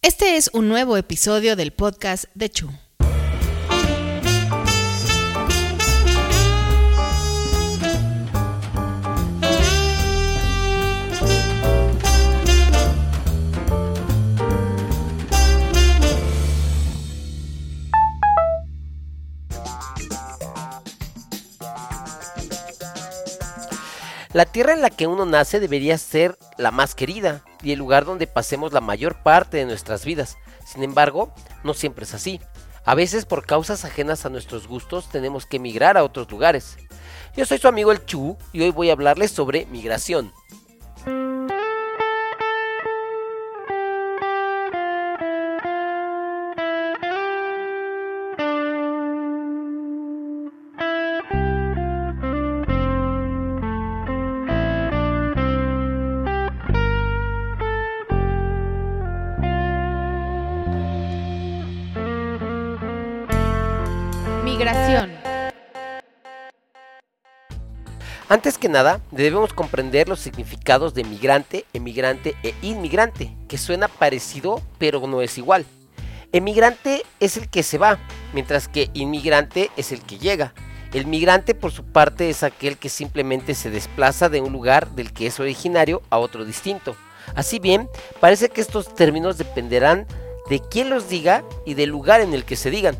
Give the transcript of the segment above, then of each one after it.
Este es un nuevo episodio del podcast de Chu. La tierra en la que uno nace debería ser la más querida y el lugar donde pasemos la mayor parte de nuestras vidas. Sin embargo, no siempre es así. A veces, por causas ajenas a nuestros gustos, tenemos que emigrar a otros lugares. Yo soy su amigo el Chu y hoy voy a hablarles sobre migración. Migración. Antes que nada, debemos comprender los significados de migrante, emigrante e inmigrante, que suena parecido, pero no es igual. Emigrante es el que se va, mientras que inmigrante es el que llega. El migrante, por su parte, es aquel que simplemente se desplaza de un lugar del que es originario a otro distinto. Así bien, parece que estos términos dependerán de quién los diga y del lugar en el que se digan.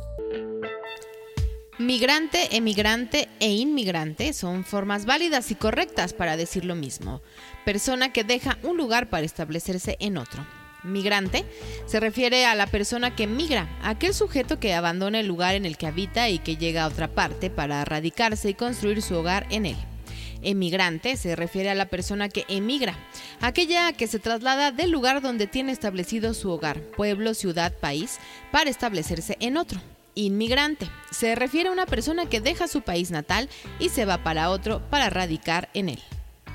Migrante, emigrante e inmigrante son formas válidas y correctas para decir lo mismo. Persona que deja un lugar para establecerse en otro. Migrante se refiere a la persona que migra, aquel sujeto que abandona el lugar en el que habita y que llega a otra parte para radicarse y construir su hogar en él. Emigrante se refiere a la persona que emigra, aquella que se traslada del lugar donde tiene establecido su hogar, pueblo, ciudad, país, para establecerse en otro. Inmigrante se refiere a una persona que deja su país natal y se va para otro para radicar en él.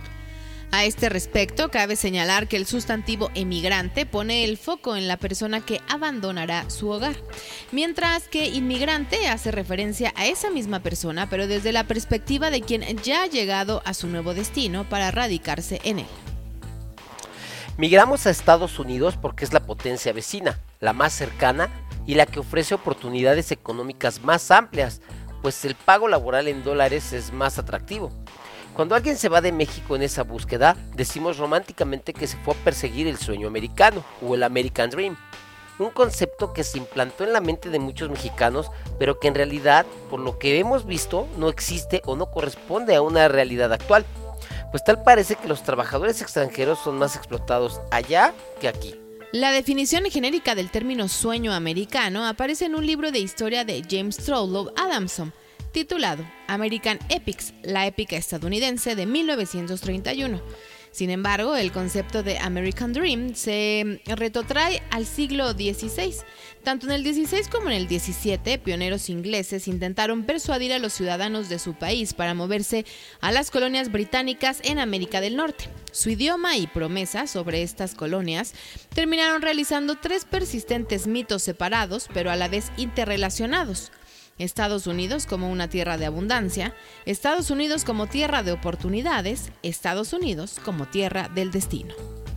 A este respecto, cabe señalar que el sustantivo emigrante pone el foco en la persona que abandonará su hogar, mientras que inmigrante hace referencia a esa misma persona, pero desde la perspectiva de quien ya ha llegado a su nuevo destino para radicarse en él. Migramos a Estados Unidos porque es la potencia vecina, la más cercana y la que ofrece oportunidades económicas más amplias, pues el pago laboral en dólares es más atractivo. Cuando alguien se va de México en esa búsqueda, decimos románticamente que se fue a perseguir el sueño americano o el American Dream, un concepto que se implantó en la mente de muchos mexicanos, pero que en realidad, por lo que hemos visto, no existe o no corresponde a una realidad actual, pues tal parece que los trabajadores extranjeros son más explotados allá que aquí. La definición genérica del término sueño americano aparece en un libro de historia de James Thurlow Adamson, titulado American Epics, la épica estadounidense de 1931. Sin embargo, el concepto de American Dream se retrotrae al siglo XVI. Tanto en el XVI como en el XVII, pioneros ingleses intentaron persuadir a los ciudadanos de su país para moverse a las colonias británicas en América del Norte. Su idioma y promesas sobre estas colonias terminaron realizando tres persistentes mitos separados, pero a la vez interrelacionados. Estados Unidos como una tierra de abundancia, Estados Unidos como tierra de oportunidades, Estados Unidos como tierra del destino.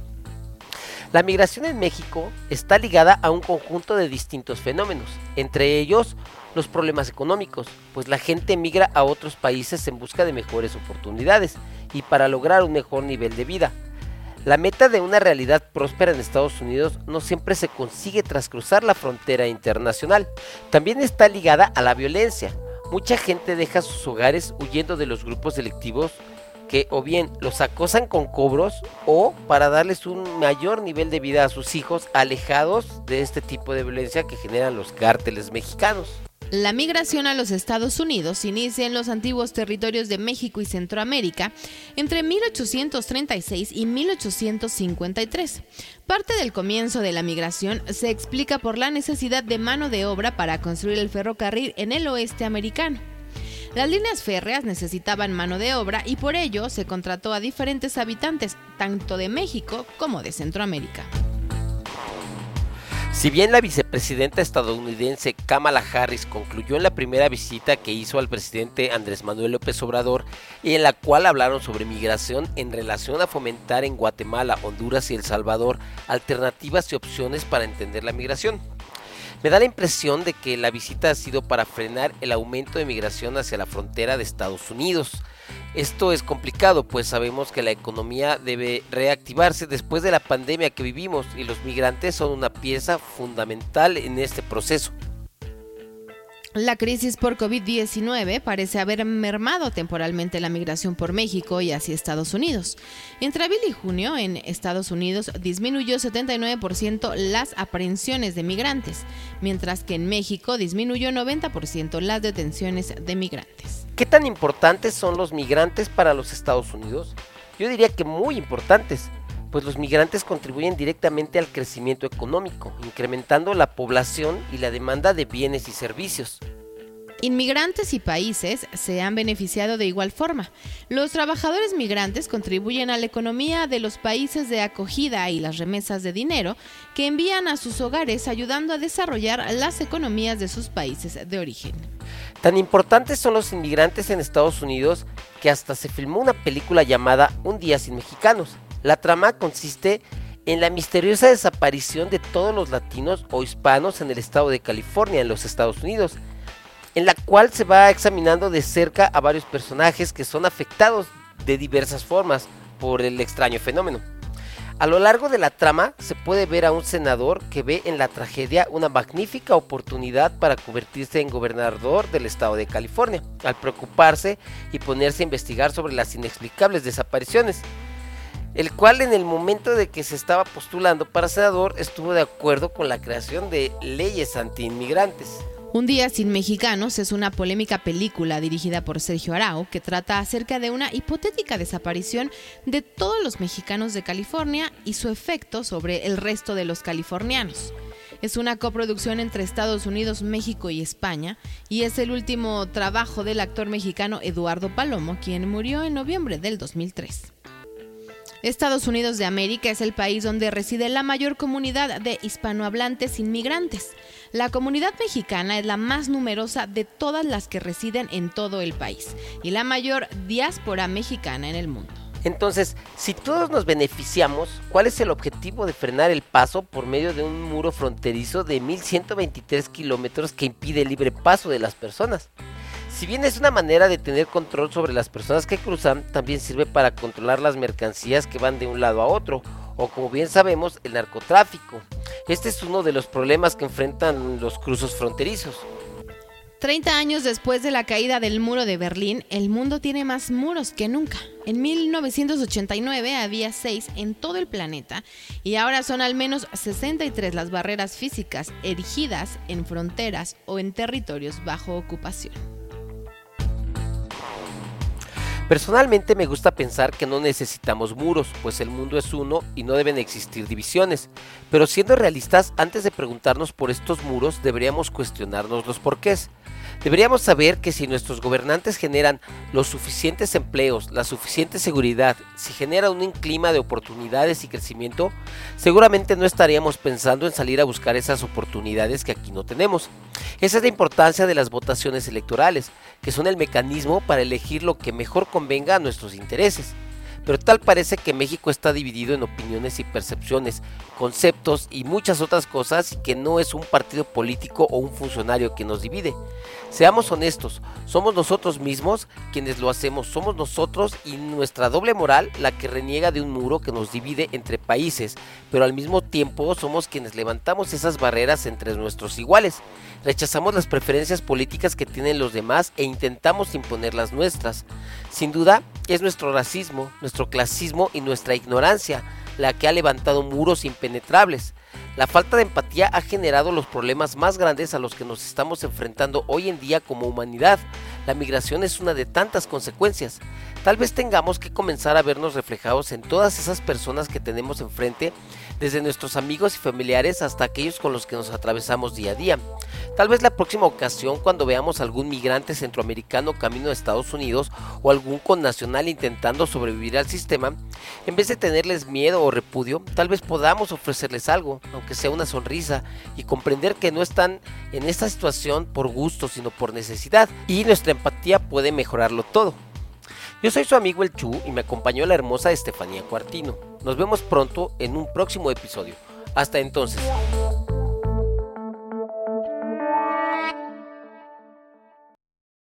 La migración en México está ligada a un conjunto de distintos fenómenos, entre ellos los problemas económicos, pues la gente migra a otros países en busca de mejores oportunidades y para lograr un mejor nivel de vida. La meta de una realidad próspera en Estados Unidos no siempre se consigue tras cruzar la frontera internacional. También está ligada a la violencia. Mucha gente deja sus hogares huyendo de los grupos delictivos que o bien los acosan con cobros o para darles un mayor nivel de vida a sus hijos, alejados de este tipo de violencia que generan los cárteles mexicanos. La migración a los Estados Unidos inicia en los antiguos territorios de México y Centroamérica entre 1836 y 1853. Parte del comienzo de la migración se explica por la necesidad de mano de obra para construir el ferrocarril en el oeste americano. Las líneas férreas necesitaban mano de obra y por ello se contrató a diferentes habitantes, tanto de México como de Centroamérica. Si bien la vicepresidenta estadounidense Kamala Harris concluyó en la primera visita que hizo al presidente Andrés Manuel López Obrador y en la cual hablaron sobre migración en relación a fomentar en Guatemala, Honduras y El Salvador alternativas y opciones para entender la migración, me da la impresión de que la visita ha sido para frenar el aumento de migración hacia la frontera de Estados Unidos. Esto es complicado, pues sabemos que la economía debe reactivarse después de la pandemia que vivimos y los migrantes son una pieza fundamental en este proceso. La crisis por COVID-19 parece haber mermado temporalmente la migración por México y hacia Estados Unidos. Entre abril y junio, en Estados Unidos disminuyó 79% las aprehensiones de migrantes, mientras que en México disminuyó 90% las detenciones de migrantes. ¿Qué tan importantes son los migrantes para los Estados Unidos? Yo diría que muy importantes, pues los migrantes contribuyen directamente al crecimiento económico, incrementando la población y la demanda de bienes y servicios. Inmigrantes y países se han beneficiado de igual forma. Los trabajadores migrantes contribuyen a la economía de los países de acogida y las remesas de dinero que envían a sus hogares, ayudando a desarrollar las economías de sus países de origen. Tan importantes son los inmigrantes en Estados Unidos que hasta se filmó una película llamada Un día sin mexicanos. La trama consiste en la misteriosa desaparición de todos los latinos o hispanos en el estado de California, en los Estados Unidos, en la cual se va examinando de cerca a varios personajes que son afectados de diversas formas por el extraño fenómeno. A lo largo de la trama se puede ver a un senador que ve en la tragedia una magnífica oportunidad para convertirse en gobernador del estado de California, al preocuparse y ponerse a investigar sobre las inexplicables desapariciones, el cual en el momento de que se estaba postulando para senador estuvo de acuerdo con la creación de leyes anti-inmigrantes. Un día sin mexicanos es una polémica película dirigida por Sergio Arau que trata acerca de una hipotética desaparición de todos los mexicanos de California y su efecto sobre el resto de los californianos. Es una coproducción entre Estados Unidos, México y España y es el último trabajo del actor mexicano Eduardo Palomo, quien murió en noviembre del 2003. Estados Unidos de América es el país donde reside la mayor comunidad de hispanohablantes inmigrantes. La comunidad mexicana es la más numerosa de todas las que residen en todo el país y la mayor diáspora mexicana en el mundo. Entonces, si todos nos beneficiamos, ¿cuál es el objetivo de frenar el paso por medio de un muro fronterizo de 1,123 kilómetros que impide el libre paso de las personas? Si bien es una manera de tener control sobre las personas que cruzan, también sirve para controlar las mercancías que van de un lado a otro, o como bien sabemos, el narcotráfico. Este es uno de los problemas que enfrentan los cruces fronterizos. 30 años después de la caída del muro de Berlín, el mundo tiene más muros que nunca. En 1989 había 6 en todo el planeta y ahora son al menos 63 las barreras físicas erigidas en fronteras o en territorios bajo ocupación. Personalmente me gusta pensar que no necesitamos muros, pues el mundo es uno y no deben existir divisiones. Pero siendo realistas, antes de preguntarnos por estos muros, deberíamos cuestionarnos los porqués. Deberíamos saber que si nuestros gobernantes generan los suficientes empleos, la suficiente seguridad, si generan un clima de oportunidades y crecimiento, seguramente no estaríamos pensando en salir a buscar esas oportunidades que aquí no tenemos. Esa es la importancia de las votaciones electorales, que son el mecanismo para elegir lo que mejor convenga a nuestros intereses. Pero tal parece que México está dividido en opiniones y percepciones, conceptos y muchas otras cosas y que no es un partido político o un funcionario que nos divide. Seamos honestos, somos nosotros mismos quienes lo hacemos, somos nosotros y nuestra doble moral la que reniega de un muro que nos divide entre países, pero al mismo tiempo somos quienes levantamos esas barreras entre nuestros iguales. Rechazamos las preferencias políticas que tienen los demás e intentamos imponer las nuestras. Sin duda, es nuestro racismo, nuestro clasismo y nuestra ignorancia la que ha levantado muros impenetrables. La falta de empatía ha generado los problemas más grandes a los que nos estamos enfrentando hoy en día como humanidad. La migración es una de tantas consecuencias. Tal vez tengamos que comenzar a vernos reflejados en todas esas personas que tenemos enfrente, desde nuestros amigos y familiares hasta aquellos con los que nos atravesamos día a día. Tal vez la próxima ocasión, cuando veamos algún migrante centroamericano camino a Estados Unidos o algún connacional intentando sobrevivir al sistema, en vez de tenerles miedo o repudio, tal vez podamos ofrecerles algo, aunque sea una sonrisa, y comprender que no están en esta situación por gusto, sino por necesidad, y nuestra empatía puede mejorarlo todo. Yo soy su amigo el Chu y me acompañó la hermosa Estefanía Cuartino. Nos vemos pronto en un próximo episodio. Hasta entonces.